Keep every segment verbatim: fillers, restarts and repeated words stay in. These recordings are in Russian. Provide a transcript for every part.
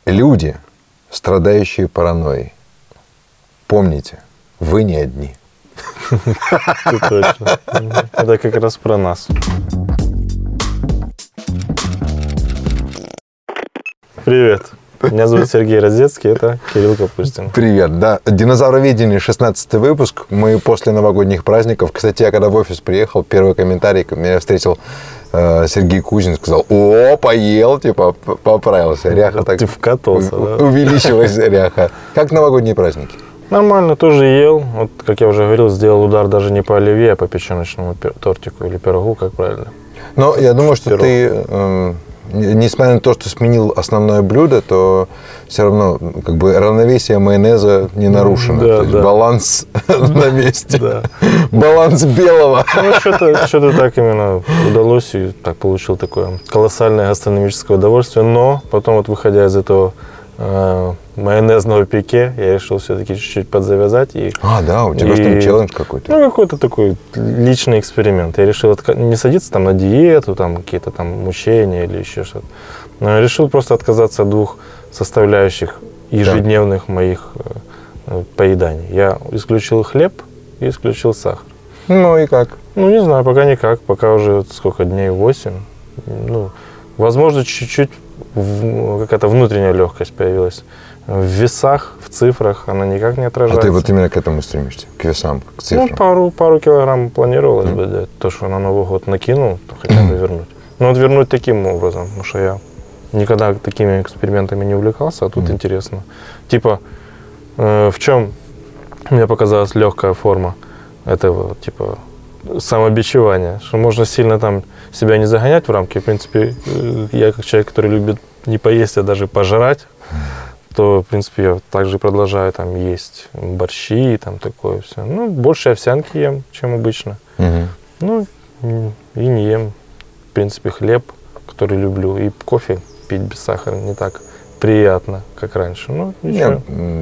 Люди, страдающие паранойей, помните, вы не одни. Это точно. Это как раз про нас. Привет. Меня зовут Сергей Раздецкий, это Кирилл Капустин. Привет, да. Динозавроведение, шестнадцатый выпуск. Мы после новогодних праздников. Кстати, я когда в офис приехал, первый комментарий, меня встретил э, Сергей Кузин, сказал: о, поел, типа, поправился. Ряха так Ты вкатался, да? Увеличилась ряха. Как новогодние праздники? Нормально, тоже ел. Вот, как я уже говорил, сделал удар даже не по оливье, а по печеночному тортику или пирогу, как правильно. Но я думаю, что Пирог. ты... Э, Несмотря на то, что сменил основное блюдо, то все равно как бы равновесие майонеза не нарушено. Да, то есть да. Баланс на месте. Да. Баланс белого. Ну, что-то, что-то так именно удалось, и так получил такое колоссальное гастрономическое удовольствие. Но потом, вот выходя из этого э, майонезного пике, я решил все-таки чуть-чуть подзавязать. И, А, да, у тебя и, же там челлендж какой-то. Ну, какой-то такой личный эксперимент. Я решил отка- не садиться там на диету, там какие-то там мучения или еще что-то. Но я решил просто отказаться от двух составляющих ежедневных да. моих э, поеданий. Я исключил хлеб и исключил сахар. Ну и как? Ну, не знаю, пока никак. Пока уже сколько дней, восемь. Ну, возможно, чуть-чуть в, какая-то внутренняя легкость появилась. В весах, в цифрах она никак не отражается. А ты вот именно к этому стремишься? К весам, к цифрам? Ну, пару, пару килограмм планировалось mm-hmm. бы, да. То, что на Новый год накинул, то хотя бы вернуть. Ну, вот вернуть таким образом, потому что я никогда такими экспериментами не увлекался, а тут mm-hmm. интересно. Типа, э, в чем мне показалась легкая форма этого, типа, самобичевания, что можно сильно там себя не загонять в рамки. В принципе, я как человек, который любит не поесть, а даже пожрать, то, в принципе, я также продолжаю там есть борщи и там такое все. Ну, больше овсянки ем, чем обычно. Угу. Ну, и не ем, в принципе, хлеб, который люблю, и кофе пить без сахара не так приятно, как раньше. Ну, я,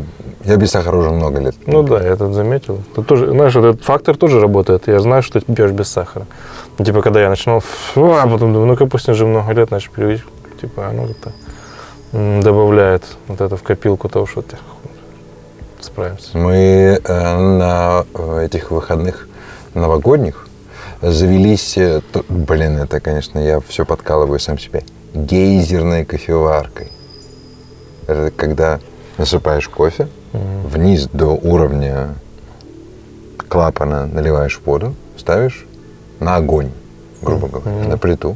я без сахара уже много лет. Ну да, я это заметил. Это тоже, знаешь, вот этот фактор тоже работает. Я знаю, что ты пьешь без сахара. Типа, когда я начинал, фу, а потом думаю, ну, Капустин же много лет, значит, привычка. Типа, оно как-то добавляет вот это в копилку того, что ты справимся. Мы э, на этих выходных новогодних завелись, э, то, блин, это, конечно, я все подкалываю сам себе, гейзерной кофеваркой. Это когда насыпаешь кофе, mm-hmm. вниз до уровня клапана наливаешь воду, ставишь на огонь, грубо говоря, mm-hmm. на плиту.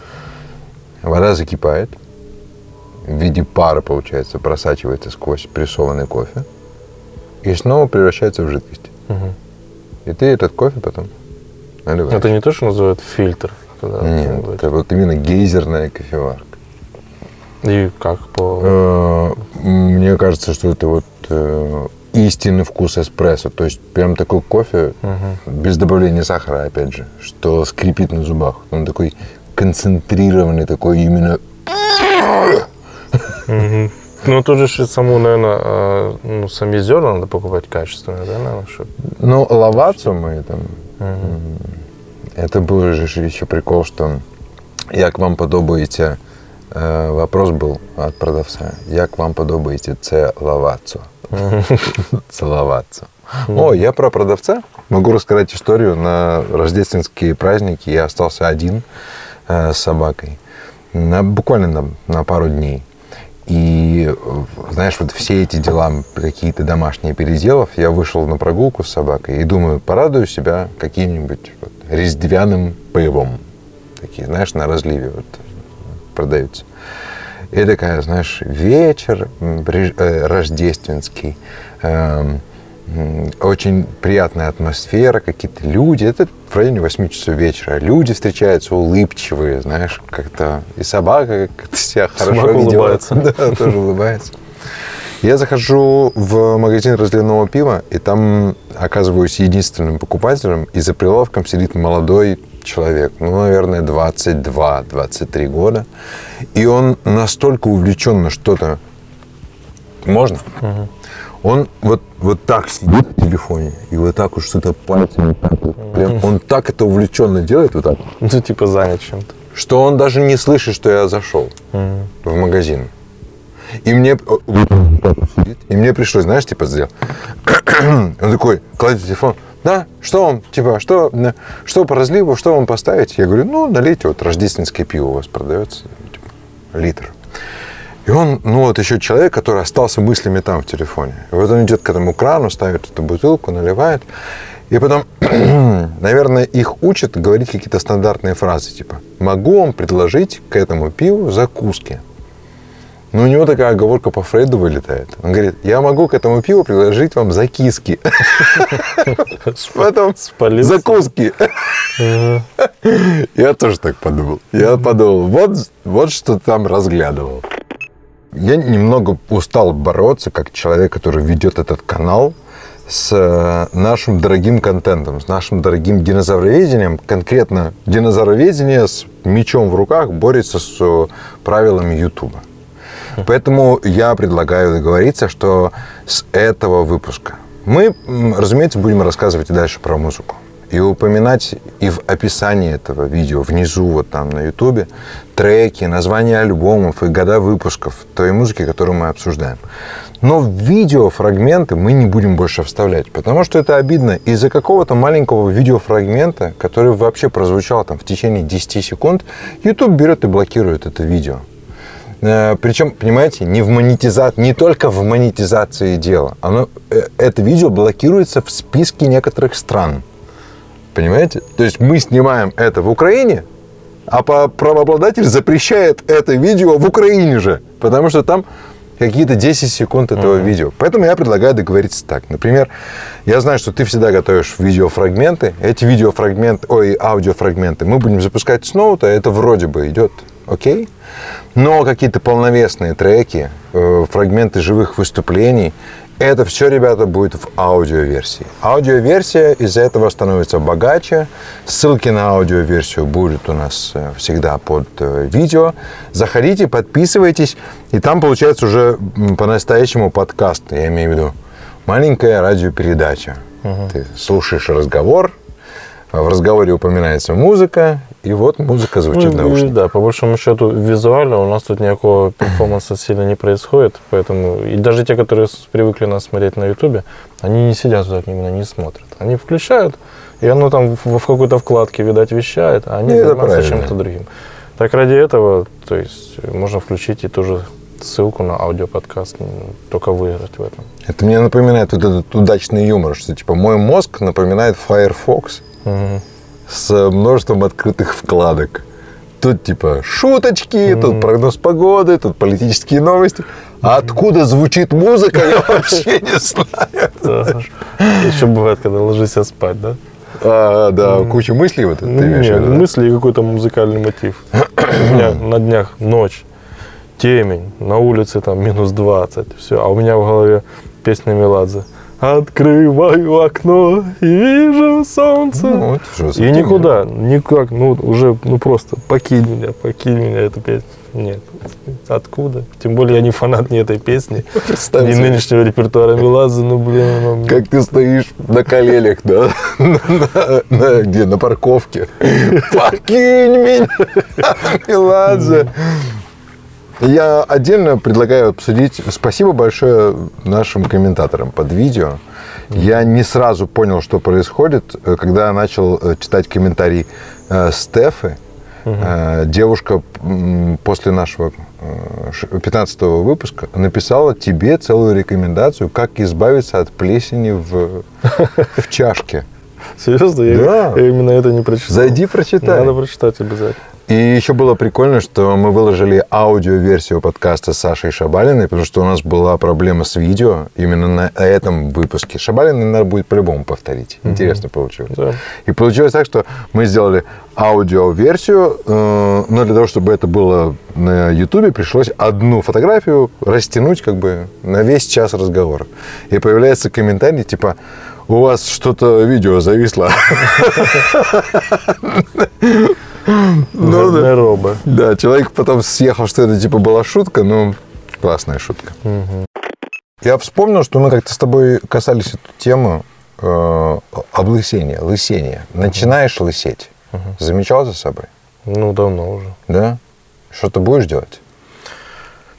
Вода закипает. В виде пара, получается, просачивается сквозь прессованный кофе и снова превращается в жидкость. Угу. И ты этот кофе потом наливаешь. Это не то, что называют фильтр? Нет, это вот именно гейзерная кофеварка. И как по... Мне кажется, что это вот истинный вкус эспрессо. То есть прям такой кофе, угу. без добавления сахара, опять же, что скрипит на зубах. Он такой концентрированный, такой именно... Угу. Ну, тут же саму, наверное, ну, сами зерна надо покупать качественные, да, наверное, чтобы... Ну, лавацу мы там... Угу. Это был же еще прикол, что як вам подобається... Вопрос был от продавца. Як вам подобається це лавацу? Целоваться. О, я про продавца. Могу рассказать историю. На рождественские праздники я остался один э, с собакой. На, буквально на, на пару дней. И, знаешь, вот все эти дела, какие-то домашние переделов, я вышел на прогулку с собакой и думаю, порадую себя каким-нибудь вот, рездвяным пивом. Такие, знаешь, на разливе вот, продаются. И такая, знаешь, вечер э, рождественский, э, очень приятная атмосфера, какие-то люди. Это в районе восьми часов вечера. Люди встречаются улыбчивые, знаешь, как-то и собака как-то себя хорошо Собака ведет. улыбается. Да, тоже улыбается. Я захожу в магазин разливного пива, и там оказываюсь единственным покупателем, и за прилавком сидит молодой человек, ну, наверное, двадцать два - двадцать три года. И он настолько увлеченно что-то... Можно? Угу. Он вот, вот так сидит в телефоне, и вот так вот что-то пальцем. Так вот, прям, он так это увлеченно делает, вот так. Ну, типа занят чем-то. Что он даже не слышит, что я зашел угу. в магазин. И мне, и мне пришлось, знаешь, типа, сделать. Он такой, кладет телефон. Да, что вам, типа, что, что по разливу, что вам поставить? Я говорю, ну, налейте, вот рождественское пиво у вас продается, типа, литр. И он, ну, вот еще человек, который остался мыслями там в телефоне. И вот он идет к этому крану, ставит эту бутылку, наливает. И потом, наверное, их учат говорить какие-то стандартные фразы, типа, могу вам предложить к этому пиву закуски. Но у него такая оговорка по Фрейду вылетает. Он говорит, я могу к этому пиву предложить вам закиски. Потом закуски. Я тоже так подумал. Я подумал, вот, вот что там разглядывал. Я немного устал бороться, как человек, который ведет этот канал, с нашим дорогим контентом, с нашим дорогим динозавроведением. Конкретно динозавроведение с мечом в руках борется с правилами Ютуба. Поэтому я предлагаю договориться, что с этого выпуска мы, разумеется, будем рассказывать и дальше про музыку. И упоминать и в описании этого видео, внизу, вот там на Ютубе, треки, названия альбомов и года выпусков той музыки, которую мы обсуждаем. Но в видеофрагменты мы не будем больше вставлять, потому что это обидно. Из-за какого-то маленького видеофрагмента, который вообще прозвучал там в течение десяти секунд, YouTube берет и блокирует это видео. Причем, понимаете, не в монетизации, не только в монетизации дело. Оно, это видео блокируется в списке некоторых стран. Понимаете? То есть мы снимаем это в Украине, а правообладатель запрещает это видео в Украине же. Потому что там какие-то десять секунд этого mm-hmm. видео. Поэтому я предлагаю договориться так. Например, я знаю, что ты всегда готовишь видеофрагменты. Эти видеофрагменты, ой, аудиофрагменты мы будем запускать с ноута. Это вроде бы идет окей. Но какие-то полновесные треки, э, фрагменты живых выступлений, это все, ребята, будет в аудиоверсии. Аудиоверсия из-за этого становится богаче. Ссылки на аудиоверсию будут у нас всегда под видео. Заходите, подписывайтесь. И там получается уже по-настоящему подкаст. Я имею в виду маленькая радиопередача. Угу. Ты слушаешь разговор, в разговоре упоминается музыка, и вот музыка звучит в ну, наушниках. Да, по большому счету, визуально у нас тут никакого перформанса сильно не происходит, поэтому и даже те, которые привыкли нас смотреть на Ютубе, они не сидят туда, именно не смотрят. Они включают, и оно там в, в какой-то вкладке, видать, вещает, а они занимаются чем-то другим. Так ради этого, то есть, можно включить и тоже ссылку на аудиоподкаст, только выиграть в этом. Это мне напоминает вот этот удачный юмор, что типа мой мозг напоминает Firefox. Угу. С множеством открытых вкладок. Тут типа шуточки, mm-hmm. тут прогноз погоды, тут политические новости. А откуда звучит музыка, я вообще не знаю. Еще бывает, когда ложишься спать, да? А, да, куча мыслей вот это ты имеешь в виду? Нет, мысли и какой-то музыкальный мотив. У меня на днях ночь, темень, на улице там минус двадцать, все, а у меня в голове песня Меладзе. Открываю окно и вижу солнце. Ну, вот, и никуда, никак, ну уже, ну просто покинь меня, покинь меня эту песню. Нет, откуда? Тем более я не фанат ни этой песни, ни нынешнего репертуара Меладзе, ну блин. Ну, как ты стоишь на коленях, да? Где? На парковке. Покинь меня, Меладзе. Я отдельно предлагаю обсудить. Спасибо большое нашим комментаторам под видео. Я не сразу понял, что происходит, когда я начал читать комментарий Стефы. Угу. Девушка после нашего пятнадцатого выпуска написала тебе целую рекомендацию, как избавиться от плесени в, в чашке. Серьезно? Да. Я, я именно это не прочитал. Зайди, прочитай. Надо прочитать обязательно. И еще было прикольно, что мы выложили аудиоверсию подкаста с Сашей Шабалиной, потому что у нас была проблема с видео именно на этом выпуске. Шабалиной надо будет по-любому повторить. Интересно mm-hmm. получилось. Да. И получилось так, что мы сделали аудиоверсию, но для того, чтобы это было на Ютубе, пришлось одну фотографию растянуть как бы на весь час разговора. И появляется комментарий типа: у вас что-то видео зависло. Ну, да. Роба. Да, человек потом съехал, что это типа была шутка, но классная шутка. Угу. Я вспомнил, что мы как-то с тобой касались эту тему э, облысения, лысения. Начинаешь угу. лысеть. Угу. Замечал за собой? Ну, давно уже. Да? Что ты будешь делать?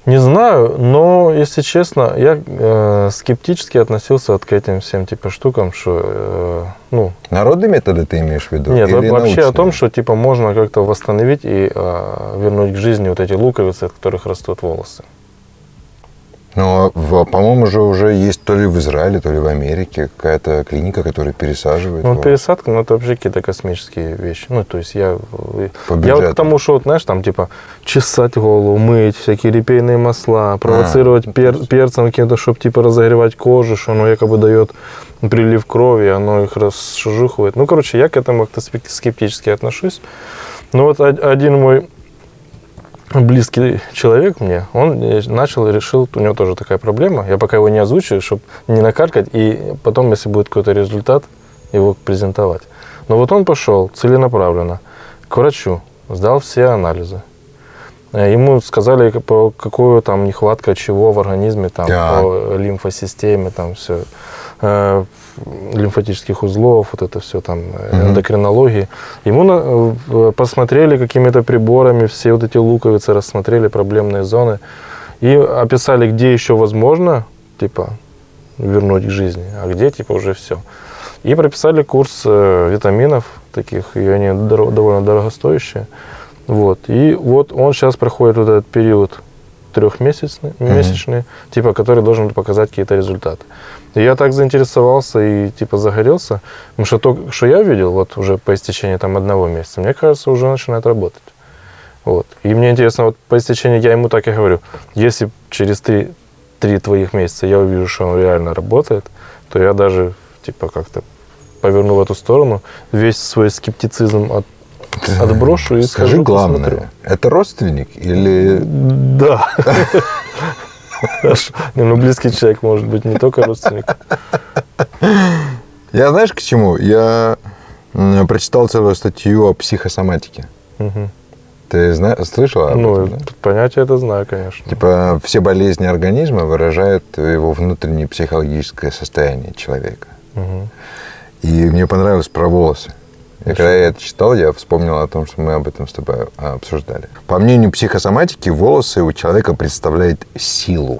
Не знаю, но, если честно, я э, скептически относился вот к этим всем типа штукам, что, э, ну... Народные методы ты имеешь в виду? Нет, или вообще научные? о том, что типа можно как-то восстановить и э, вернуть к жизни вот эти луковицы, от которых растут волосы. Но, в- по-моему, же уже есть то ли в Израиле, то ли в Америке какая-то клиника, которая пересаживает. Ну, волосы. пересадка, ну, это вообще какие-то космические вещи. Ну, то есть я... По Я вот бюджету. к тому, что, вот, знаешь, там, типа, чесать голову, мыть, всякие репейные масла, провоцировать ну, пер- то есть- перцем каким-то, чтобы, типа, разогревать кожу, что оно якобы дает прилив крови, оно их расшужухивает. Ну, короче, я к этому как-то спе- скептически отношусь. Но вот од- один мой близкий человек мне, он начал и решил, у него тоже такая проблема, я пока его не озвучиваю, чтобы не накаркать, и потом, если будет какой-то результат, его презентовать. Но вот он пошел целенаправленно к врачу, сдал все анализы. Э, Ему сказали, к- по- какую там нехватка чего в организме, там, Так. по лимфосистеме, там все, э, лимфатических узлов, вот это все там, э, Мгм. эндокринологии. Ему на- э, посмотрели какими-то приборами все вот эти луковицы, рассмотрели проблемные зоны и описали, где еще возможно, типа, вернуть к жизни, а где, типа, уже все. И прописали курс э, витаминов таких, и они доро- довольно дорогостоящие. Вот. И вот он сейчас проходит вот этот период трехмесячный, месячный, типа, который должен показать какие-то результаты. И я так заинтересовался и типа загорелся, потому что то, что я видел, вот уже по истечении там одного месяца, мне кажется, уже начинает работать. Вот. И мне интересно, вот по истечении, я ему так и говорю, если через три, три твоих месяца я увижу, что он реально работает, то я даже типа как-то поверну в эту сторону, весь свой скептицизм от, отброшу и Скажи скажу, главное, посмотрю. это родственник или... Да. Не, ну близкий человек может быть не только родственник. Я знаешь к чему? Я м, прочитал целую статью о психосоматике. Мгм. Ты зна- слышал об Ну, этом, да? понятие это знаю, конечно. Типа все болезни организма выражают его внутреннее психологическое состояние человека. Мгм. И мне понравилось про волосы. И Хорошо. когда я это читал, я вспомнил о том, что мы об этом с тобой обсуждали. По мнению психосоматики, волосы у человека представляют силу.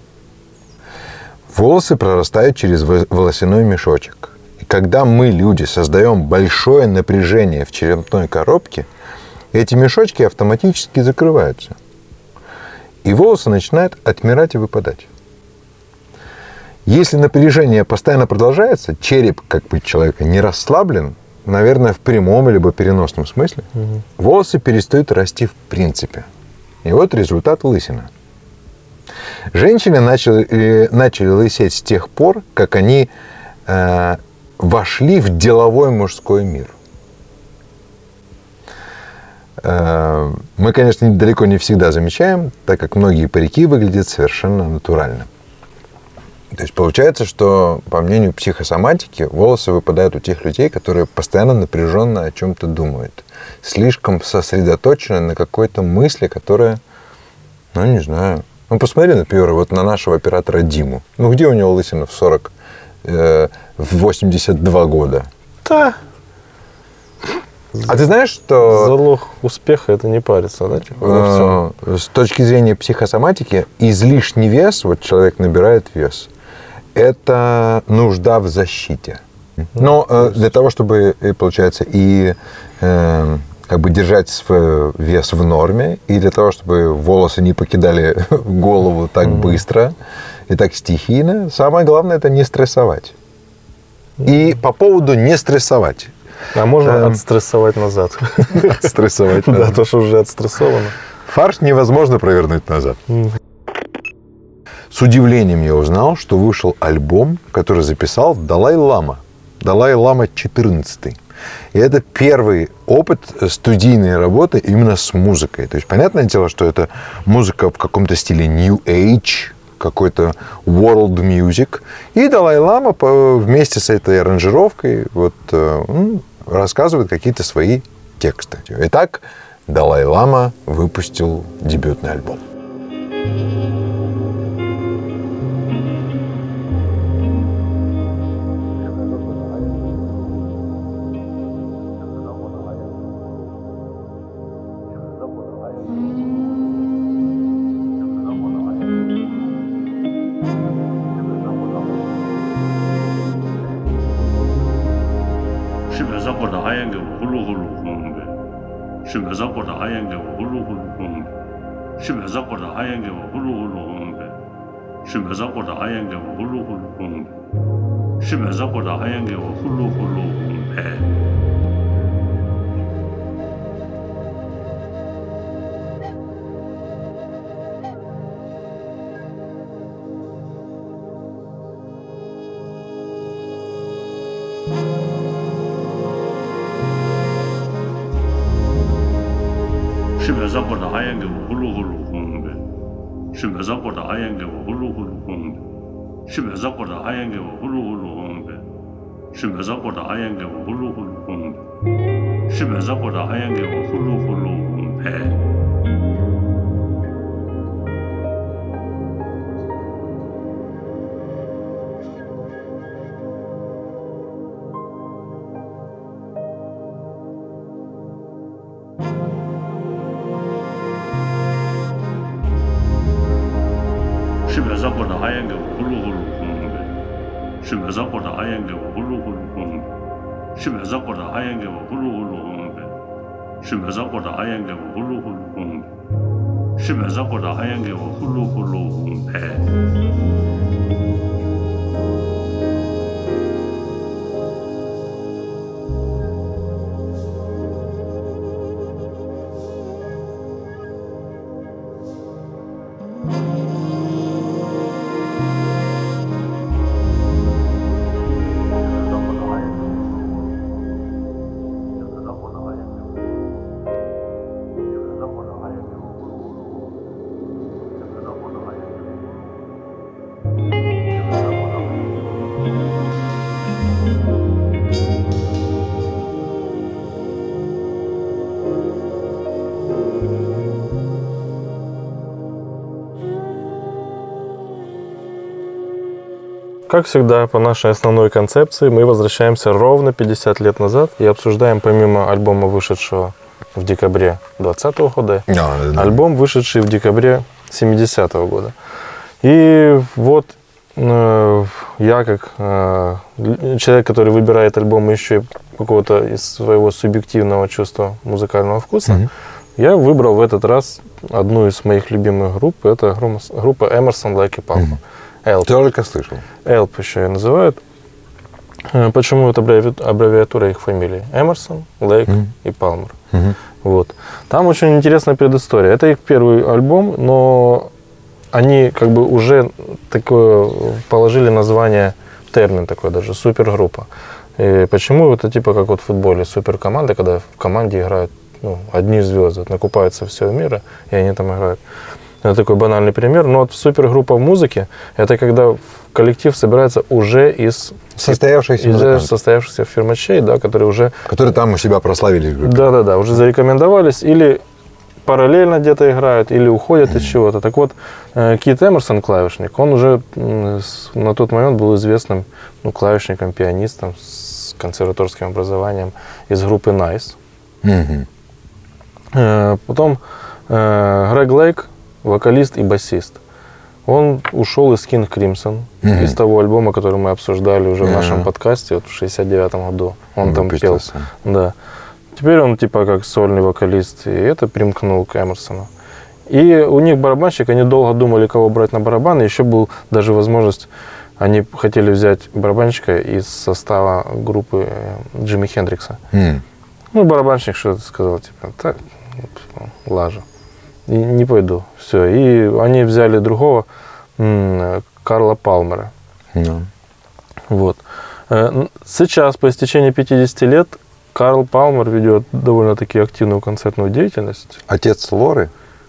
Волосы прорастают через во- волосяной мешочек. И когда мы, люди, создаем большое напряжение в черепной коробке, эти мешочки автоматически закрываются. И волосы начинают отмирать и выпадать. Если напряжение постоянно продолжается, череп как бы человека не расслаблен, наверное, в прямом либо переносном смысле, Мгм. волосы перестают расти в принципе. И вот результат — лысина. Женщины начали, э, начали лысеть с тех пор, как они э, вошли в деловой мужской мир. Э, мы, конечно, далеко не всегда замечаем, так как многие парики выглядят совершенно натурально. То есть получается, что, по мнению психосоматики, волосы выпадают у тех людей, которые постоянно напряженно о чем-то думают. Слишком сосредоточены на какой-то мысли, которая, ну, не знаю. Ну, посмотри, например, вот на нашего оператора Диму. Ну, где у него лысина в сорок, э, в восемьдесят два года? Да. А ты знаешь, что... Залог успеха — это не париться, да? Типа, во всем. Э, С точки зрения психосоматики, излишний вес, вот человек набирает вес, это нужда в защите. Но э, для того, чтобы, э, получается, и э, как бы держать свой вес в норме, и для того, чтобы волосы не покидали голову так Мгм. быстро и так стихийно, самое главное — это не стрессовать. И по поводу не стрессовать. А можно Эм. отстрессовать назад. Стрессовать. Да, то, что уже отстрессовано. Фарш невозможно провернуть назад. Мгм. С удивлением я узнал, что вышел альбом, который записал Далай-Лама. Далай-Лама четырнадцатый. И это первый опыт студийной работы именно с музыкой. То есть, понятное дело, что это музыка в каком-то стиле New Age, какой-то world music. И Далай-Лама по- вместе с этой аранжировкой вот, э, м, рассказывает какие-то свои тексты. Итак, Далай-Лама выпустил дебютный альбом. Shibazakota Hayanga Hulu Hulu Humbe. Shibazakota Hayanga Hulu Hulu Humbe. Shibazakota Hayanga Hulu Hulu Humbe. Shibazakota Hayanga Hulu Hulu Humbe. Shibazakota Hayanga Hulu Hulu Humbe. Shibazakota Hayanga Hulu Hulu Humbe. Shibazakota Hayanga Hulu Hulu Humbe. Shibazakota Hayanga Hulu Hulu Humbe. Shibazakota Hayanga Hulu Hulu Humbe. Shibazakota Hayanga Hulu Hulu Humbe. Shibazakota Hayanga Hulu Hulu Humbe. Shibazakota Hayanga Hulu Hulu Humbe. Shibazakota Hayanga Hulu Hulu Humbe. Shibazakota Hayanga Hulu Hulu Humbe. Shibazakota Hayanga Hulu Hulu Humbe. Как всегда, по нашей основной концепции, мы возвращаемся ровно пятьдесят лет назад и обсуждаем, помимо альбома, вышедшего в декабре двадцатого года, Да, да, да. альбом, вышедший в декабре семидесятого года. И вот э, я, как э, человек, который выбирает альбом еще и какого-то из своего субъективного чувства музыкального вкуса, Мгм. я выбрал в этот раз одну из моих любимых групп. Это группа- группа Emerson, Lake и Palmer. Элп. Только слышал. Элп еще ее называют. Э, Почему это аббреви- аббревиатура их фамилий? Эмерсон, Лейк Мгм. и Палмер. Мгм. Вот. Там очень интересная предыстория. Это их первый альбом, но они как бы уже такое положили название, термин такой даже, супергруппа. И почему это типа как вот в футболе суперкоманда, когда в команде играют ну, одни звезды, накупаются всего мира, и они там играют. Это такой банальный пример. Но вот супергруппа в музыке, это когда коллектив собирается уже из, Состоявшийся из музыкант, состоявшихся фирмачей, да, которые уже которые там у себя прославились. в группе. да-да-да, уже зарекомендовались или параллельно где-то играют, или уходят из чего-то. Так вот, э, Кит Эмерсон, клавишник, он уже м, с- на тот момент был известным ну, клавишником, пианистом с консерваторским образованием из группы Nice. Мгм. Э, Потом э, Грег Лейк, вокалист и басист. Он ушел из King Crimson, Мгм. из того альбома, который мы обсуждали уже в Ага. нашем подкасте вот в шестьдесят девятом году. Он там пел. Выпустился. Да. Теперь он типа как сольный вокалист, и это примкнул к Эмерсону. И у них барабанщик, они долго думали, кого брать на барабаны. Еще был даже возможность, они хотели взять барабанщика из состава группы э, Джимми Хендрикса. М. Ну, барабанщик что-то сказал, типа, так, лажа. И не пойду. Все. И они взяли другого, м, Карла Палмера. Да. Вот. Э, н- Сейчас, по истечении пятидесяти лет, Карл Палмер ведет довольно-таки активную концертную деятельность. Отец Лоры.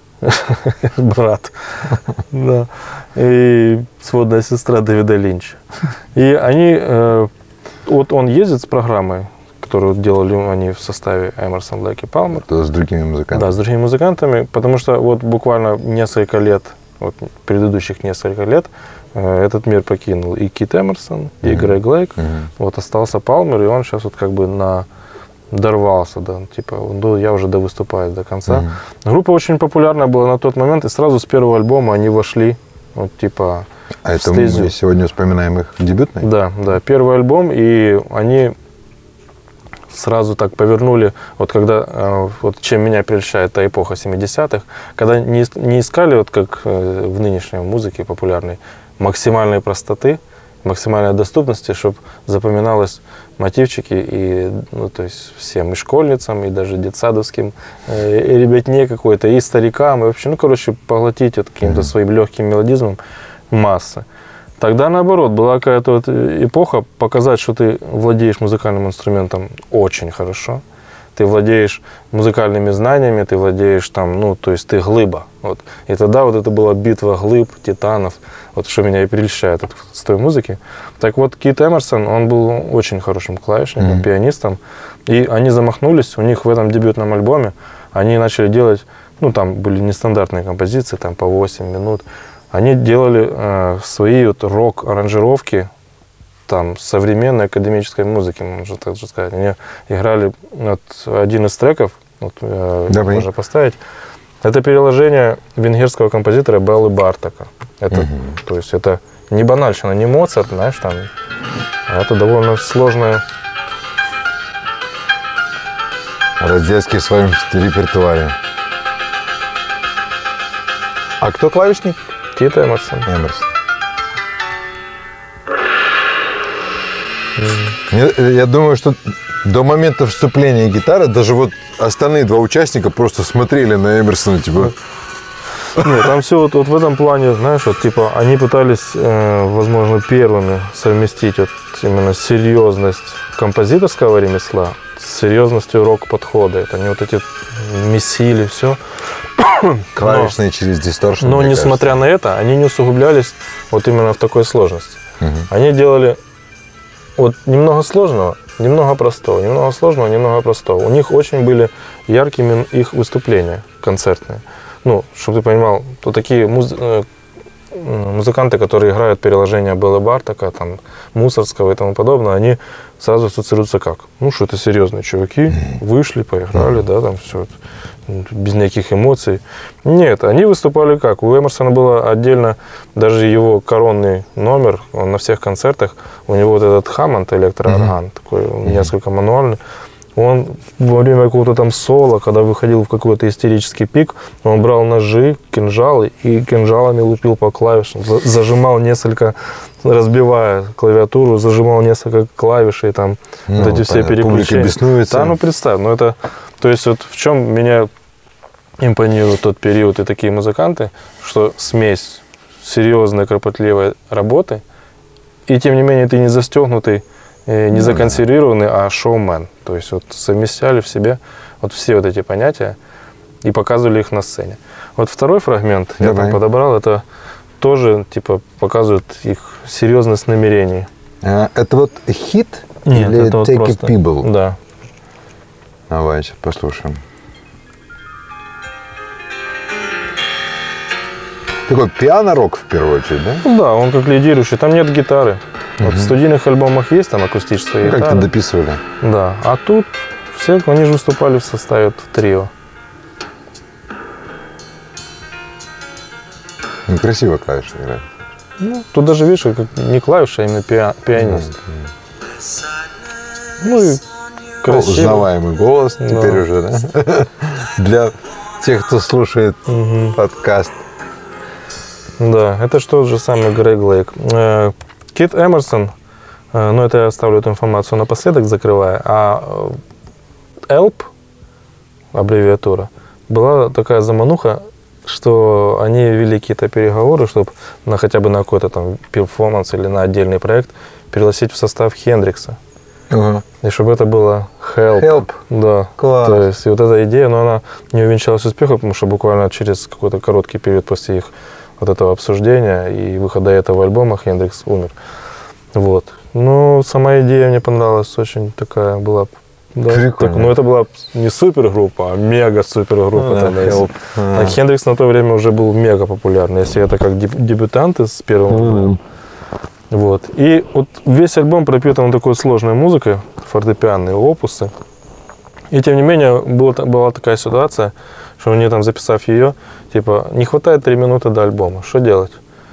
Брат. Да. И сводная сестра Дэвида Линча. И они... э, Вот он ездит с программой, которую делали они в составе Эмерсон, Лейк и Палмер. То с другими музыкантами. Да, с другими музыкантами, потому что вот буквально несколько лет, вот предыдущих несколько лет, э, этот мир покинул и Кит Эмерсон, и Мгм. Грег Лейк. Мгм. Вот остался Палмер, и он сейчас вот как бы на дорвался, да, типа, ну, я уже довыступаю до конца. Мгм. Группа очень популярна была на тот момент, и сразу с первого альбома они вошли, вот, типа, А это мы сегодня вспоминаем их дебютный? Да, да, первый альбом, и они сразу так повернули, вот когда, вот чем меня прельщает та эпоха семидесятых, когда не, не искали, вот как в нынешней музыке популярной, максимальной простоты, максимальной доступности, чтобы запоминалось мотивчики, и, ну, то есть всем, и школьницам, и даже детсадовским, и ребятне какой-то, и старикам, и вообще, ну, короче, поглотить вот каким-то своим легким мелодизмом массы. Тогда, наоборот, была какая-то вот эпоха показать, что ты владеешь музыкальным инструментом очень хорошо, ты владеешь музыкальными знаниями, ты владеешь там, ну, то есть ты глыба. Вот. И тогда вот это была битва глыб, титанов, вот что меня и прельщает от, с той музыки. Так вот, Кит Эмерсон, он был очень хорошим клавишником, mm-hmm. пианистом, и они замахнулись, у них в этом дебютном альбоме, они начали делать, ну, там были нестандартные композиции, там по восемь минут, они делали э, свои вот рок-аранжировки, там, современной академической музыки, можно так же сказать. Они играли вот, один из треков, вот, э, можно поставить. Это переложение венгерского композитора Беллы Бартока. Это, угу. То есть это не банальщина, не Моцарт, знаешь, там. А это довольно сложное. Радзецкий в своем репертуаре. А кто клавишник? Кит Эмерсон. Эмерсон. Я, я думаю, что до момента вступления гитары даже вот остальные два участника просто смотрели на Эмерсона, типа... Нет, там все вот, вот в этом плане, знаешь, вот типа они пытались, э, возможно, первыми совместить вот именно серьезность композиторского ремесла с серьезностью рок-подхода. Это они вот эти месили, все. Клавишные но, через дисторшн. Но несмотря кажется. на это, они не усугублялись вот именно в такой сложности. Угу. Они делали вот немного сложного, немного простого, немного сложного, немного простого. У них очень были яркими их выступления концертные. Ну, чтобы ты понимал, то такие муз... музыканты, которые играют переложения Беллы Бартока, там, Мусоргского и тому подобное, они сразу ассоциируются как? Ну, что это серьезные чуваки, вышли, поиграли, да, там все без никаких эмоций. Нет, они выступали как? У Эмерсона было отдельно даже его коронный номер, он на всех концертах, у него вот этот Хаммонд, электроорган, mm-hmm. такой mm-hmm. несколько мануальный. Он во время какого-то там соло, когда выходил в какой-то истерический пик, он брал ножи, кинжалы и кинжалами лупил по клавишам, зажимал несколько, разбивая клавиатуру, зажимал несколько клавишей, там, ну, вот эти все переключения. Беснуется. Да, ну представь, ну это, то есть вот в чем меня импонирует тот период и такие музыканты, что смесь серьезной, кропотливой работы, и тем не менее ты не застегнутый, не законсервированный, а шоумен. То есть вот совмещали в себе вот все вот эти понятия и показывали их на сцене. Вот второй фрагмент Давай. я там подобрал, это тоже типа показывает их серьезность намерений. А, это вот хит Нет, или это вот Take просто... a Pebble? Да. Давай сейчас послушаем. Такой пиано-рок в первую очередь, да? Ну, да, он как лидирующий. Там нет гитары. Угу. Вот в студийных альбомах есть там акустическая ну, гитара. Как-то дописывали. Да. А тут все, они же выступали в составе трио. Ну, красиво клавиши играют. Ну, тут даже, видишь, как не клавиши, а именно пиа- пианист. Mm-hmm. Ну и красиво. Узнаваемый голос да. теперь уже, да? Для тех, кто слушает угу. подкаст. Да, это что же самый Грег Лейк. Кит Эмерсон, ну это я оставлю эту информацию напоследок, закрывая, а элп, аббревиатура, была такая замануха, что они вели какие-то переговоры, чтобы на, хотя бы на какой-то там перформанс или на отдельный проект пригласить в состав Хендрикса. Uh-huh. И чтобы это было Help. Help. Да. Класс. То есть и вот эта идея, но она не увенчалась успехом, потому что буквально через какой-то короткий период после их вот этого обсуждения и выхода этого альбома Хендрикс умер. Вот. Ну, сама идея мне понравилась, очень такая была. Да, так, ну, это была не супергруппа, а мега-супергруппа. Ну, да, Help. А Хендрикс на то время уже был мега популярный, если это как дебютанты с первым альбомом. Вот. И вот весь альбом пропитан такой сложной музыкой, фортепианные опусы. И тем не менее была, была такая ситуация, что мне там, записав ее, типа, не хватает три минуты до альбома, что делать?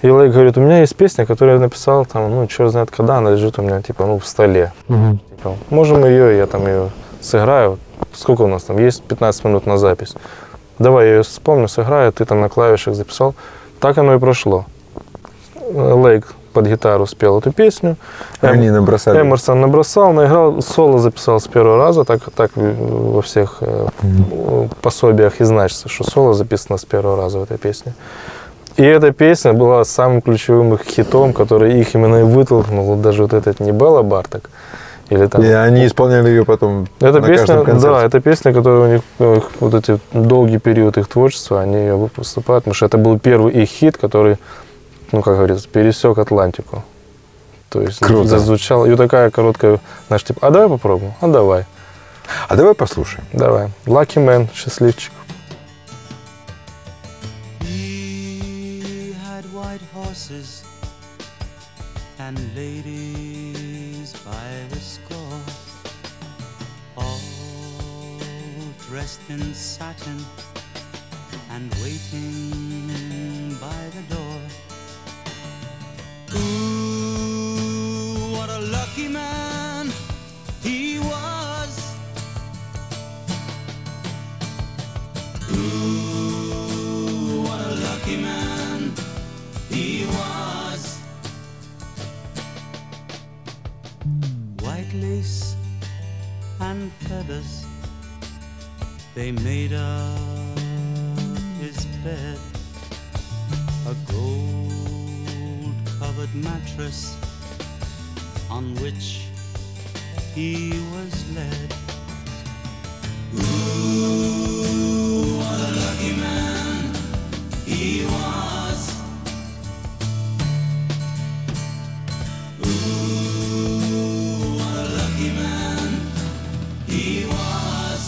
И Лейк говорит, у меня есть песня, которую я написал, там, ну, черт знает когда, она лежит у меня, типа, ну, в столе. Мгм. Типа, можем ее, я там ее сыграю. Сколько у нас там? Есть пятнадцать минут на запись. Давай, я ее вспомню, сыграю, ты там на клавишах записал. Так оно и прошло. Лейк под гитару спел эту песню. Они набросали. Эмерсон набросал, наиграл, соло записал с первого раза, так, так во всех э, пособиях и значится, что соло записано с первого раза в этой песне. И эта песня была самым ключевым их хитом, который их именно и вытолкнул, даже вот этот не Белла Барток. Или там, И они исполняли ее потом эта на песня, каждом концерте. да, это песня, которая у них, их, вот эти долгий период их творчества, они ее выступают, потому что это был первый их хит, который, ну, как говорится, пересек Атлантику. То есть Круто. зазвучал. И вот такая короткая, знаешь, типа, а давай попробуем? А давай. А давай послушаем. Давай. Lucky Man, счастливчик. He had white horses and ladies by the score, all dressed in satin and waiting by the door. Ooh, what a lucky man he was. Ooh, what a lucky man he was. White lace and feathers, they made up his bed. A gold-covered mattress on which he was led. Ooh, what a lucky man he was. Ooh, what a lucky man he was.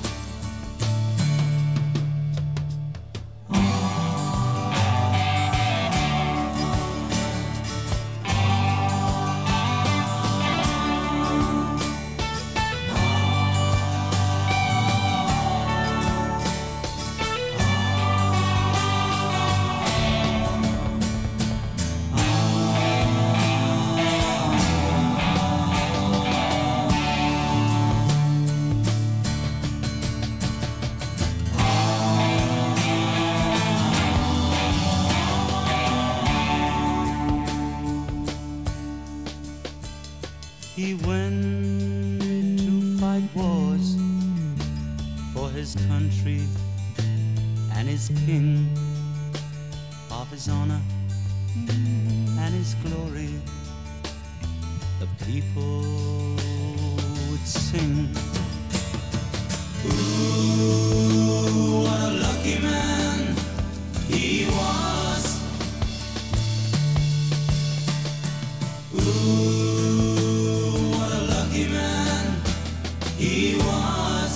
He went to fight wars for his country and his king, of his honor and his glory. The people would sing. Ooh, what a lucky man he was. Ooh, what a lucky man he was.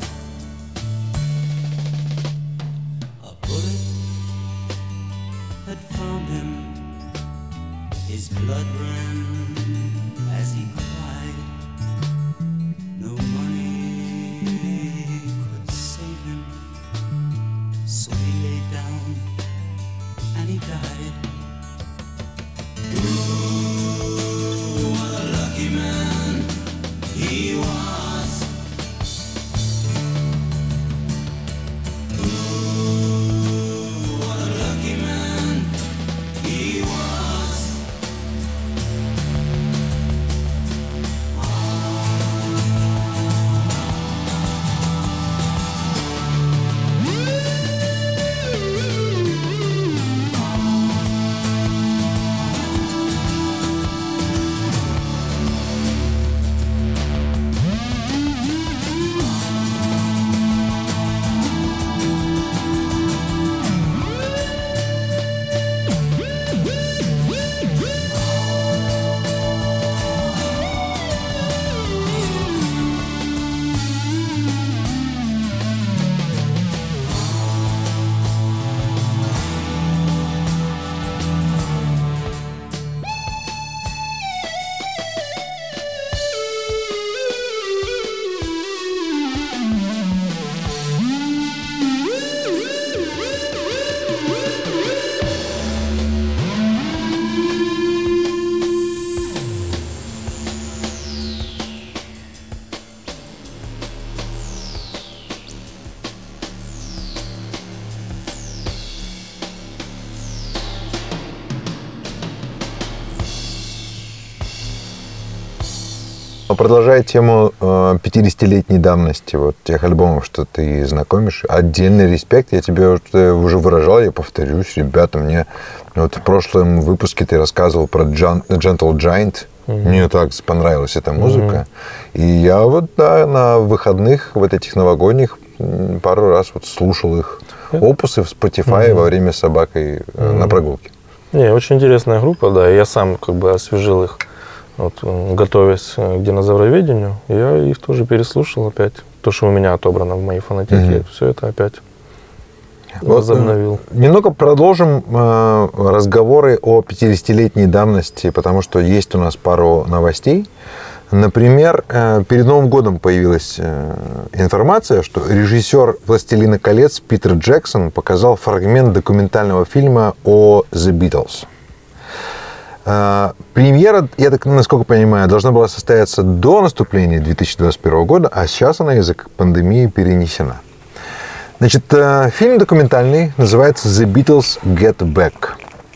A bullet had found him. His blood ran as he cried. No money could save him. So he lay down and he died. Ooh, what a lucky man he was. Ooh, what a lucky man he was. Продолжая тему э, пятидесятилетней давности, вот тех альбомов, что ты знакомишь, отдельный респект, я тебе уже, уже выражал, я повторюсь, ребята, мне вот в прошлом выпуске ты рассказывал про Gentle Giant, mm-hmm. мне так понравилась эта музыка, mm-hmm. и я вот, да, на выходных, вот этих новогодних, пару раз вот слушал их опусы в Spotify mm-hmm. во время с собакой mm-hmm. на прогулке. Не, очень интересная группа, да, я сам как бы освежил их, вот, готовясь к динозавроведению, я их тоже переслушал опять. То, что у меня отобрано в моей фонотеке, mm-hmm. все это опять вот, возобновил. Немного продолжим э, разговоры о пятидесятилетней давности, потому что есть у нас пару новостей. Например, э, перед Новым годом появилась э, информация, что режиссер «Властелина колец» Питер Джексон показал фрагмент документального фильма о The Beatles. Э, премьера, я так, насколько понимаю, должна была состояться до наступления две тысячи двадцать первого года, а сейчас она из-за пандемии перенесена. Значит, э, фильм документальный, называется «The Beatles Get Back».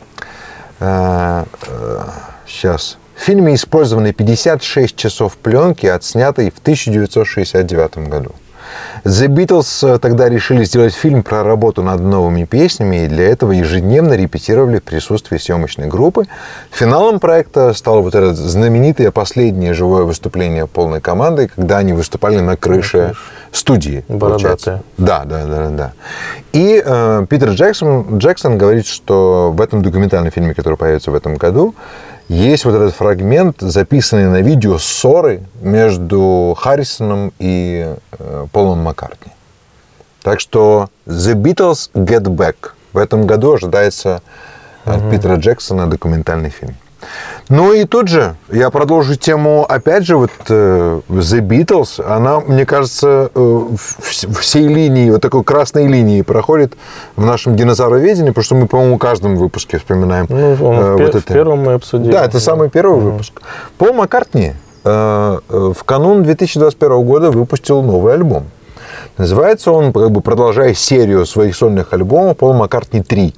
Э, э, сейчас... В фильме использованы пятьдесят шесть часов пленки, отснятой в тысяча девятьсот шестьдесят девятом году. The Beatles тогда решили сделать фильм про работу над новыми песнями, и для этого ежедневно репетировали в присутствии съемочной группы. Финалом проекта стало вот это знаменитое последнее живое выступление полной командой, когда они выступали на крыше студии. Бородатые. Да, да, да, да. И э, Питер Джексон, Джексон говорит, что в этом документальном фильме, который появится в этом году, есть вот этот фрагмент, записанный на видео ссоры между Харрисоном и э, Полом Маккартни. Так что The Beatles Get Back. В этом году ожидается от угу. Питера Джексона документальный фильм. Ну и тут же я продолжу тему, опять же, вот э, The Beatles. Она, мне кажется, э, всей линии, вот такой красной линии проходит в нашем динозавроведении, потому что мы, по-моему, в каждом выпуске вспоминаем. Ну, э, в, вот в это. первом мы обсудили. Да, это самый первый mm-hmm. выпуск. Пол Маккартни э, в канун две тысячи двадцать первого года выпустил новый альбом. Называется он, как бы продолжая серию своих сольных альбомов, Пол Маккартни три.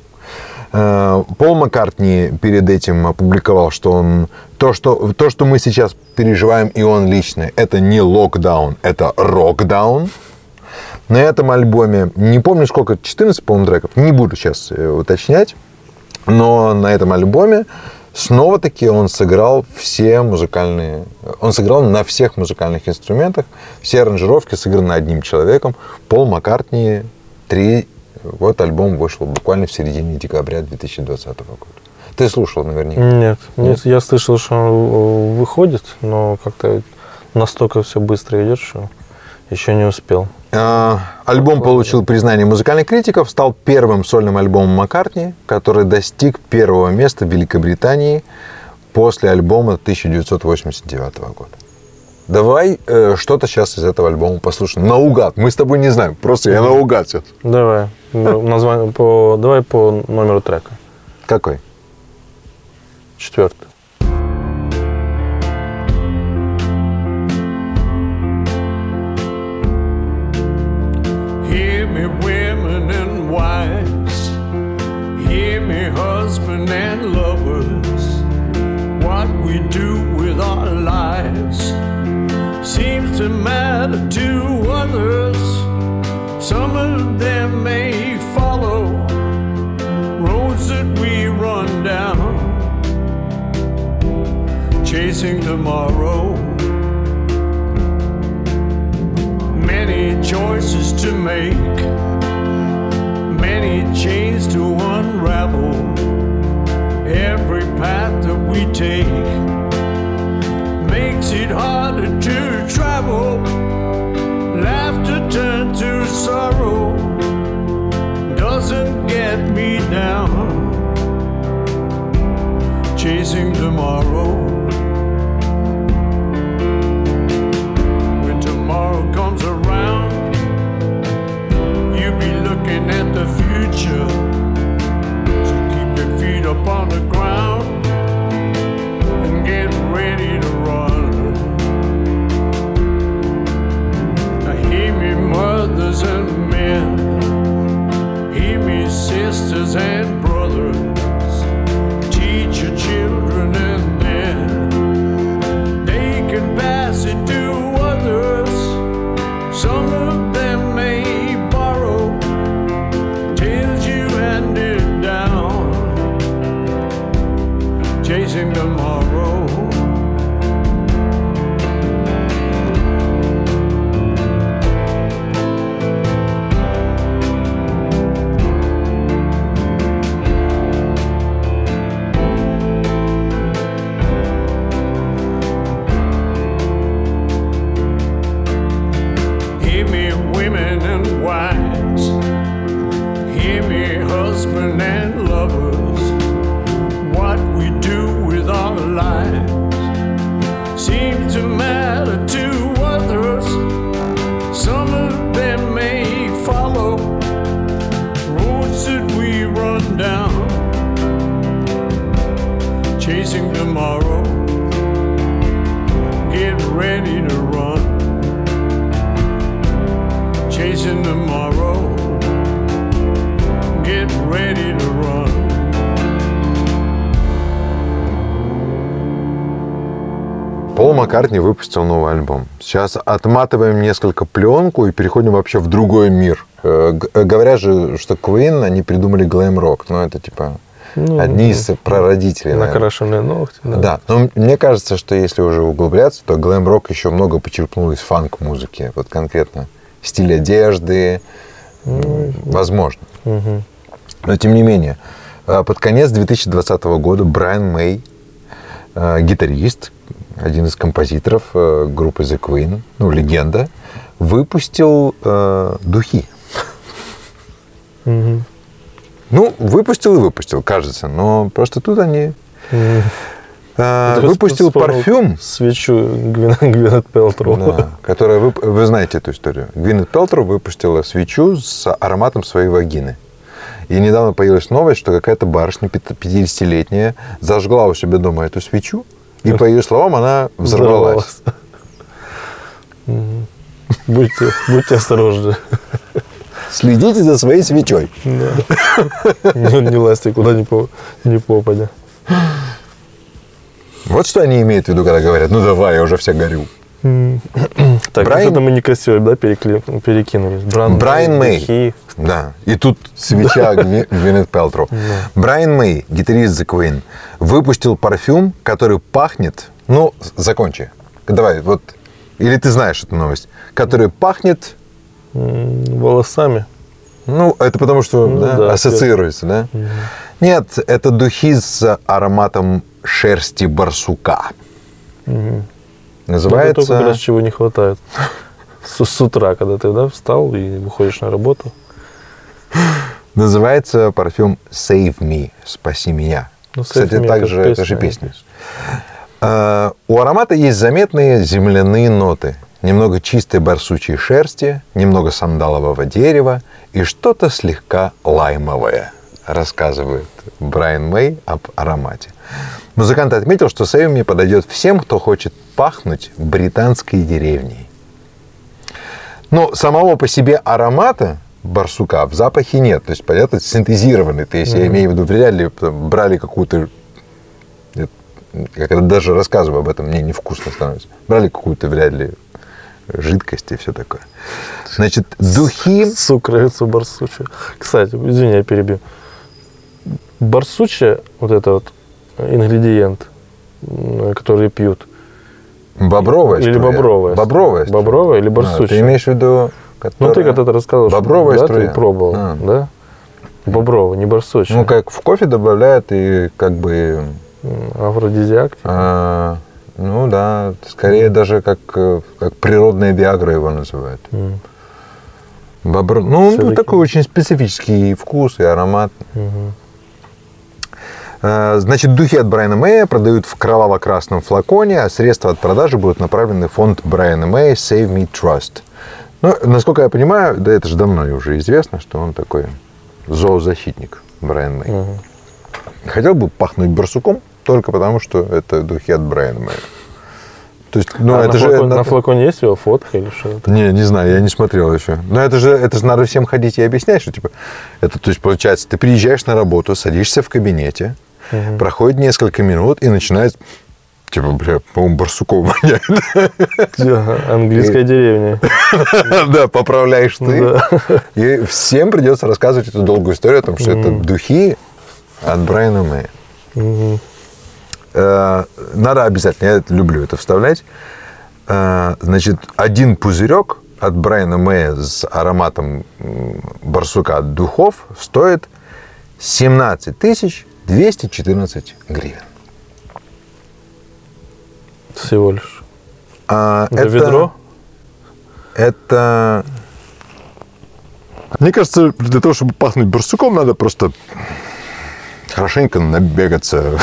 Пол Маккартни перед этим опубликовал, что он то, что, то, что мы сейчас переживаем, и он лично, это не локдаун, это рокдаун. На этом альбоме, не помню сколько, четырнадцать, по-моему, треков, не буду сейчас уточнять, но на этом альбоме снова-таки он сыграл все музыкальные, он сыграл на всех музыкальных инструментах, все аранжировки сыграны одним человеком. Пол Маккартни три. Вот альбом вышел буквально в середине декабря две тысячи двадцатого года. Ты слушал наверняка? Нет, нет, я слышал, что он выходит, но как-то настолько все быстро идет, что еще не успел. А, альбом получил признание музыкальных критиков, стал первым сольным альбомом Маккартни, который достиг первого места в Великобритании после альбома тысяча девятьсот восемьдесят девятого года. Давай э, что-то сейчас из этого альбома послушаем. Наугад. Мы с тобой не знаем. Просто я наугад сейчас. Давай. Название по, давай по номеру трека. Какой? Четвертый. Hear me, women and wives. Hear me, husband and lovers. What we do with our lives seems to matter to others. Some of them may follow roads that we run down, chasing tomorrow. Many choices to make, many chains to unravel. Every path that we take makes it harder to travel. Laughter turned to sorrow doesn't get me down. Chasing tomorrow. When tomorrow comes around, you'll be looking at the future. So keep your feet up on the ground and get ready to run. Hear me, mothers and men. Hear me, sisters and brothers. Teach your children, and then they can back chasing tomorrow. Hear me, women and wives. Hear me, husband and lovers. What we do with our lives seems to matter to others. Some of them may follow roads that we run down, chasing tomorrow. Get ready to run, chasing tomorrow. Get ready to run. Пол Маккартни выпустил новый альбом. Сейчас отматываем несколько пленку и переходим вообще в другой мир. Э, г- Говорят же, что Queen, они придумали глэм-рок. Ну, это типа Ну, одни из прародителей, наверное. Накрашенные ногти. Да. Да, но мне кажется, что если уже углубляться, то глэм-рок еще много почерпнул из фанк-музыки. Вот конкретно стиль одежды, м, возможно. Мгм. Но тем не менее, э, под конец две тысячи двадцатого года Брайан Мэй, э, гитарист, один из композиторов э, группы The Queen, ну, легенда, выпустил э, духи. Мгм. Ну, выпустил и выпустил, кажется, но просто тут они... Мгм. э, Это выпустил вспомнил парфюм, Свечу Гвин- Гвинет Пелтроу. да, которая... Вып... Вы знаете эту историю. Гвинет Пелтроу выпустила свечу с ароматом своей вагины. И недавно появилась новость, что какая-то барышня пятидесятилетняя зажгла у себя дома эту свечу, и, по ее словам, она взорвалась. Мгм. Будьте, будьте осторожны. Следите за своей свечой. Да. Не, не лазьте куда ни, по, ни попадя. Вот что они имеют в виду, когда говорят, ну давай, я уже вся горю. Так, Брайан- что-то мы не красиво, да, перекли... перекинулись. Бран- Брайан Мэй. духи. Да. И тут свеча Гви- Гвинет Пелтроу. Брайан Мэй, гитарист The Queen, выпустил парфюм, который пахнет... Ну, закончи. Давай, вот... Или ты знаешь эту новость? Который пахнет... М, Волосами. Ну, это потому, что Ну, да, да, ассоциируется, да? Нет, это духи с ароматом шерсти барсука. Мгм. Называется... Это то, как раз чего не хватает. С, с утра, когда ты, да, встал и выходишь на работу. Называется парфюм Save Me, спаси меня. Ну, Кстати, Save Me также это же песня. А, у аромата есть заметные земляные ноты. Немного чистой барсучьей шерсти, немного сандалового дерева и что-то слегка лаймовое, рассказывает Брайан Мэй об аромате. Музыкант отметил, что Save Me подойдет всем, кто хочет пахнуть британской деревней. Но самого по себе аромата барсука в запахе нет. То есть, понятно, синтезированный. То есть, mm-hmm. я имею в виду, вряд ли там, брали какую-то... Я когда даже рассказываю об этом, мне невкусно становится. Брали какую-то, вряд ли, жидкость и все такое. Значит, духи... Сукровицу барсучью. Кстати, извини, я перебью. Барсучья, вот это вот ингредиент, м, который пьют. Бобровая, Или что ли? бобровая. Бобровая. что ли? Бобровая или А, барсучья? ты имеешь в виду... Ну, которая- ты когда-то рассказывал, Бобровая что, да, струя. ты пробовал, А. да? Бобровая, не барсучья. Ну, как в кофе добавляют и как бы... М, Афродизиак. типа. а, ну да, скорее даже как, э, как природная виагра его называют. М, Бобро... Ну, Всё-таки. такой очень специфический вкус и аромат. мгм. Э, Значит, духи от Брайана Мэя продают в кроваво-красном флаконе, а средства от продажи будут направлены в фонд Брайана Мэя Save Me Trust. Ну, насколько я понимаю, да это же давно уже известно, что он такой зоозащитник, Брайан Мэй. Мгм. Хотел бы пахнуть барсуком только потому, что это духи от Брайана Мэя. То есть, ну, А это на, же... флаконе, надо- на флаконе есть его фотка или что? Не, не знаю, я не смотрел еще. Но это же, это же надо всем ходить и объяснять, что типа, это, то есть, получается, ты приезжаешь на работу, садишься в кабинете, Мгм. проходит несколько минут и начинает, типа, бля, по-моему, барсуком воняет. Ага, английская деревня. Да, поправляешь ты. Да. И всем придется рассказывать эту долгую историю о том, что это духи от Брайана Мэя. Мгм. э, надо обязательно, я это люблю это вставлять. Э, значит, один пузырек от Брайана Мэя с ароматом барсука от духов стоит семнадцать тысяч двести четырнадцать гривен. Всего лишь. А, За это, ведро? Это... Мне кажется, для того, чтобы пахнуть барсуком, надо просто хорошенько набегаться.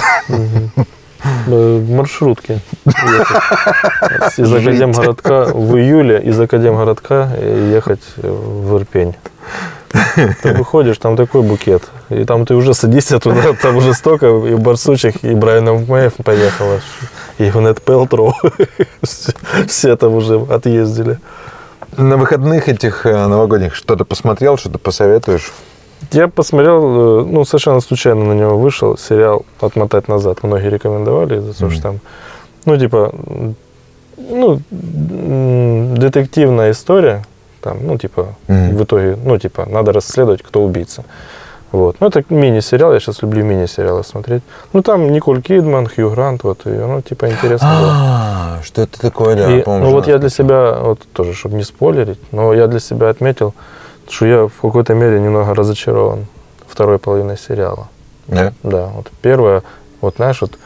В маршрутке. ехать. Из Академгородка в июле, из Академгородка ехать в Ирпень. Ты выходишь, там такой букет. И там ты уже садишься туда, там уже столько и барсучих, и Брайанов Мэев поехало, и Гвинет Пэлтроу. Все там уже отъездили. На выходных этих новогодних что-то посмотрел, что-то посоветуешь? Я посмотрел, ну, совершенно случайно на него вышел сериал «Отмотать назад». Многие рекомендовали, за то, mm-hmm. что там, ну, типа, ну, детективная история. Там, ну, типа, mm-hmm. в итоге, ну, типа, надо расследовать, кто убийца. Вот. Ну, это мини-сериал, я сейчас люблю мини-сериалы смотреть. Ну, там Николь Кидман, Хью Грант, вот, и оно, типа, интересно было. А, что это такое, да, и, помню. Ну, вот я для себя, вот тоже, чтобы не спойлерить, но я для себя отметил, что я в какой-то мере немного разочарован второй половиной сериала. Да? Да, вот первая, вот, знаешь, вот...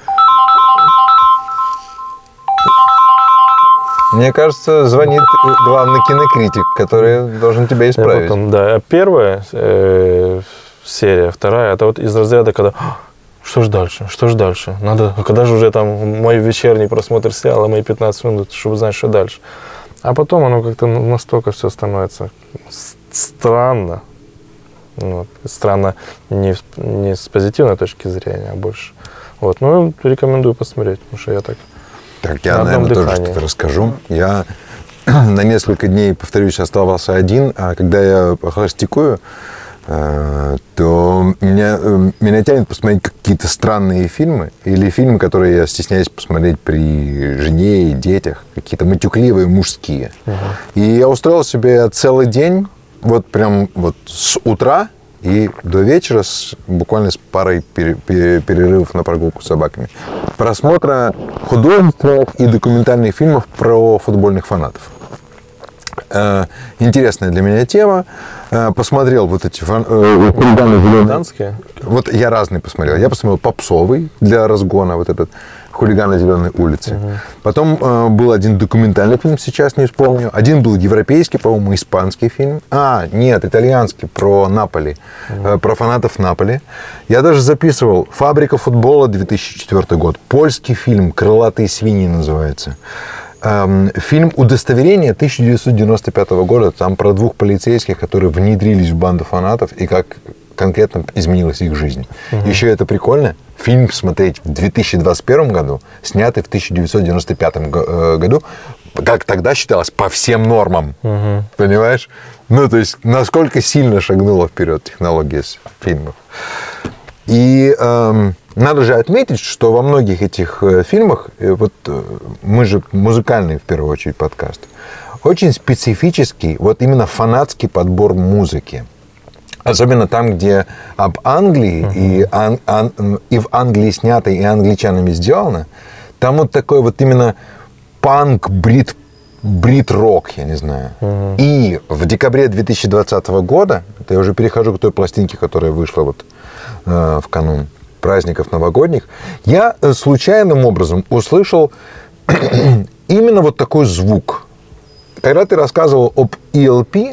Мне кажется, звонит главный кинокритик, который должен тебя исправить. Потом, да, а первая э, серия, вторая, это вот из разряда, когда что ж дальше, что ж дальше, надо, когда же уже там мой вечерний просмотр сериала, мои пятнадцать минут, чтобы знать, что дальше. А потом оно как-то настолько все становится странно. Вот. Странно не, не с позитивной точки зрения, а больше. Вот. Ну, рекомендую посмотреть, потому что я так... Так, я, наверное, тоже что-то расскажу. Я на несколько дней, повторюсь, оставался один, а когда я холостякую, то меня, меня тянет посмотреть какие-то странные фильмы или фильмы, которые я стесняюсь посмотреть при жене и детях, какие-то матюкливые мужские. Uh-huh. И я устроил себе целый день, вот прям вот с утра и до вечера, с, буквально с парой пере, пере, перерывов на прогулку с собаками, просмотра художественных и документальных фильмов про футбольных фанатов. Интересная для меня тема. Посмотрел вот эти хулиганы зеленые. Вот я разные посмотрел. Я посмотрел попсовый для разгона, вот этот «Хулиганы зеленой улицы». Угу. Потом э, был один документальный фильм, сейчас не вспомню. Один был европейский, по-моему, испанский фильм. А, нет, итальянский, про Наполи, угу. э, про фанатов Наполи. Я даже записывал «Фабрика футбола», две тысячи четвёртый год. Польский фильм «Крылатые свиньи» называется. Эм, фильм «Удостоверение» тысяча девятьсот девяносто пятого года. Там про двух полицейских, которые внедрились в банду фанатов и как конкретно изменилась их жизнь. Угу. Еще это прикольно. Фильм смотреть в две тысячи двадцать первом году, снятый в тысяча девятьсот девяносто пятом году, как тогда считалось, по всем нормам. Угу. Понимаешь? Ну, то есть, насколько сильно шагнула вперед технология фильмов. И эм, надо же отметить, что во многих этих э, фильмах, э, вот э, мы же музыкальный, в первую очередь, подкаст, очень специфический, вот именно фанатский подбор музыки. Особенно там, где об Англии, uh-huh. и, ан, ан, и в Англии снято, и англичанами сделано, там вот такой вот именно панк, брит, брит-рок, я не знаю. Uh-huh. И в декабре две тысячи двадцатого года, это я уже перехожу к той пластинке, которая вышла вот э, в канун праздников новогодних, я случайным образом услышал именно вот такой звук. Когда ты рассказывал об и эл пи,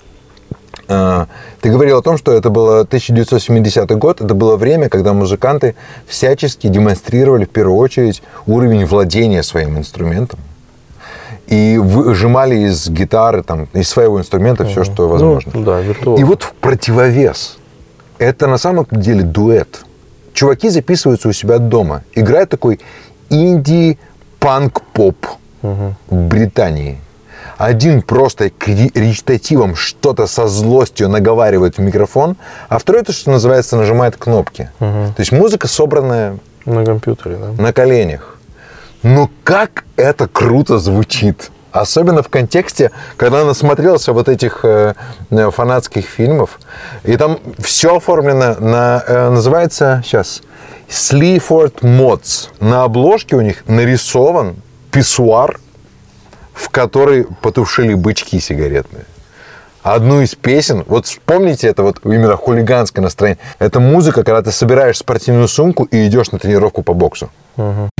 ты говорил о том, что это было тысяча девятьсот семидесятый год, это было время, когда музыканты всячески демонстрировали в первую очередь уровень владения своим инструментом и выжимали из гитары, там, из своего инструмента все, что возможно. Ну, да, виртуозно. И вот в противовес это на самом деле дуэт. Чуваки записываются у себя дома, играют такой инди-панк-поп угу. в Британии. Один просто речитативом что-то со злостью наговаривает в микрофон, а второй, то, что называется, нажимает кнопки. Угу. То есть музыка, собранная на компьютере, да? На коленях. Но как это круто звучит! Особенно в контексте, когда насмотрелся вот этих э, фанатских фильмов. И там все оформлено на... Э, называется сейчас Sleaford Mods. На обложке у них нарисован писсуар, в который потушили бычки сигаретные. Одну из песен, вот вспомните это вот именно хулиганское настроение. Это музыка, когда ты собираешь спортивную сумку и идешь на тренировку по боксу. Угу.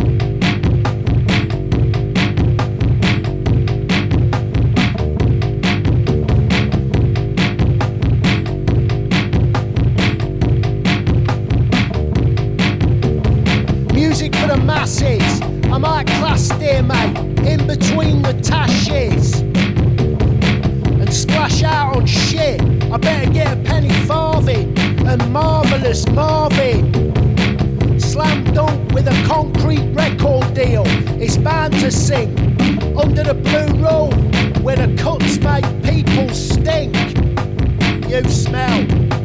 Music for the masses. I'm out class, dear mate, in between the tashes. And splash out on shit. I better get a penny farthing and Marvellous Marvin. Slam dunk with a concrete record deal. It's bound to sing under the blue rule where the cuts make people stink. You smell.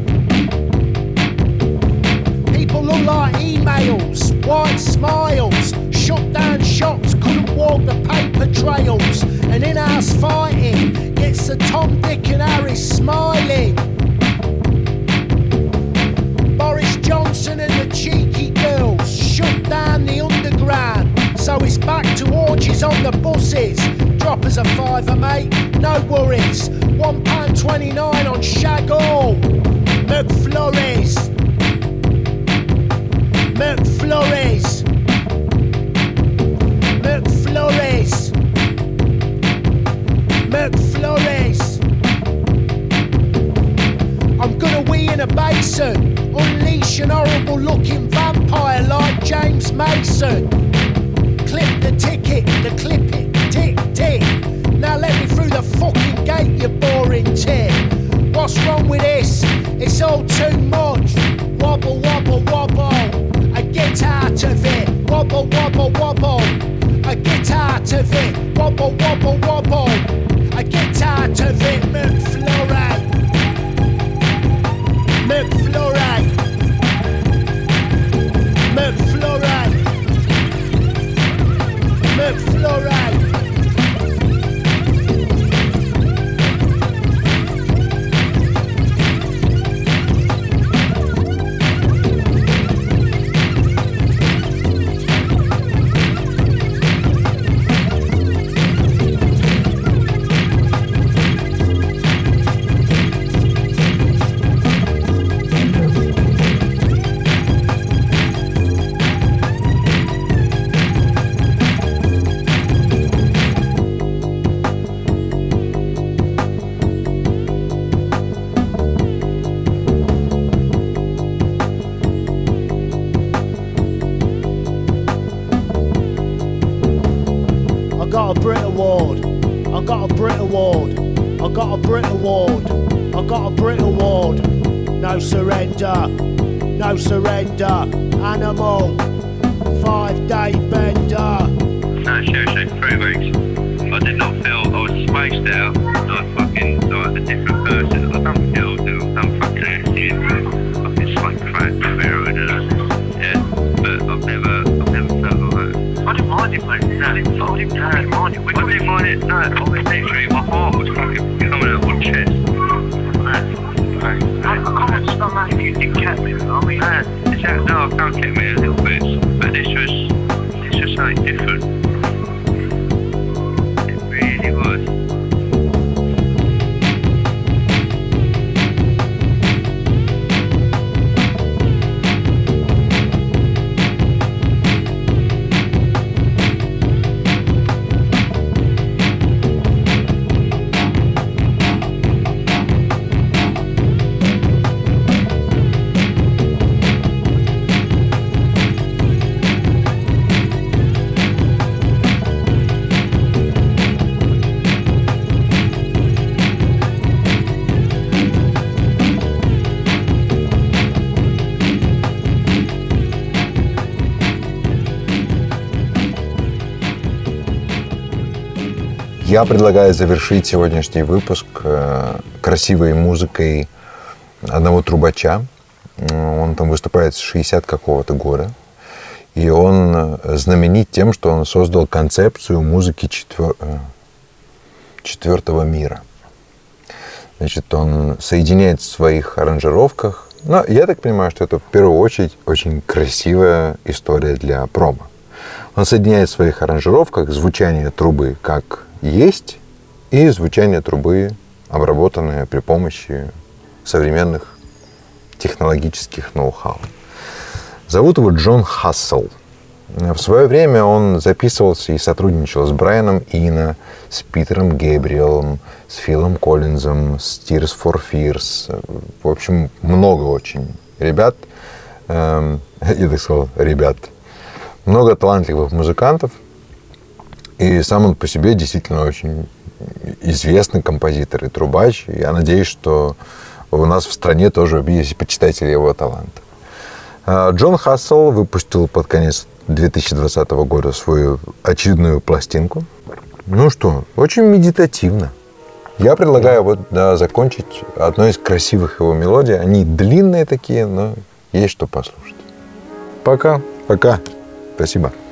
People look like emails, white smiles, shut down shops, couldn't walk the paper trails, and in-house fighting gets the Tom, Dick and Harry smiling. Boris Johnson and the cheeky girls shut down the underground, so it's back to orgies on the buses. Drop us a fiver, mate, no worries. One pound twenty-nine on shag all. McFlurries. McFlurries. McFlurries. McFlurries. I'm gonna wee in a basin, unleash an horrible looking vampire like James Mason. Clip the ticket, the clip it, tick tick. Now let me through the fucking gate, you boring tit. What's wrong with this? It's all too much. Wobble, wobble, wobble. I get out of it. Wobble, wobble, wobble. I get out of it. Wobble, wobble, wobble. I get out of it. McFlurry. McFlurry. McFlurry. McFlurry. got a Brit Award. I got a Brit Award. I got a Brit Award. I got a Brit Award. No surrender. No surrender. Animal. Five day bender. No, seriously, three weeks. I did not feel I was spaced out, like fucking, like a different person. I don't feel, I don't fucking acid, fucking smoke crack, heroin, and yeah. But I've never, I've never felt like that. I didn't mind it, mate. No, I didn't, I didn't, I didn't mind it. When I didn't mind it. No, I was literally, my heart was fucking coming out of my chest. Man, man. I can't understand that if you did catch me. I mean, man, it's out, no, I can't get me a little bit, but this was, this was something different. It was. Я предлагаю завершить сегодняшний выпуск красивой музыкой одного трубача. Он там выступает с шестидесятого какого-то года. И он знаменит тем, что он создал концепцию музыки четвер... четвертого мира. Значит, он соединяет в своих аранжировках Но я так понимаю, что это в первую очередь очень красивая история для промо. Он соединяет в своих аранжировках звучание трубы как есть и звучание трубы, обработанное при помощи современных технологических ноу-хау. Зовут его Джон Хассел. В свое время он записывался и сотрудничал с Брайаном Ино, с Питером Гэбриэлом, с Филом Коллинзом, с Tears for Fears. В общем, много очень ребят. Эм, я так сказал, ребят. Много талантливых музыкантов. И сам он по себе действительно очень известный композитор и трубач. Я надеюсь, что у нас в стране тоже есть почитатели его таланта. Джон Хассел выпустил под конец две тысячи двадцатого года свою очередную пластинку. Ну что, очень медитативно. Я предлагаю вот, да, закончить одной из красивых его мелодий. Они длинные такие, но есть что послушать. Пока. Пока. Спасибо.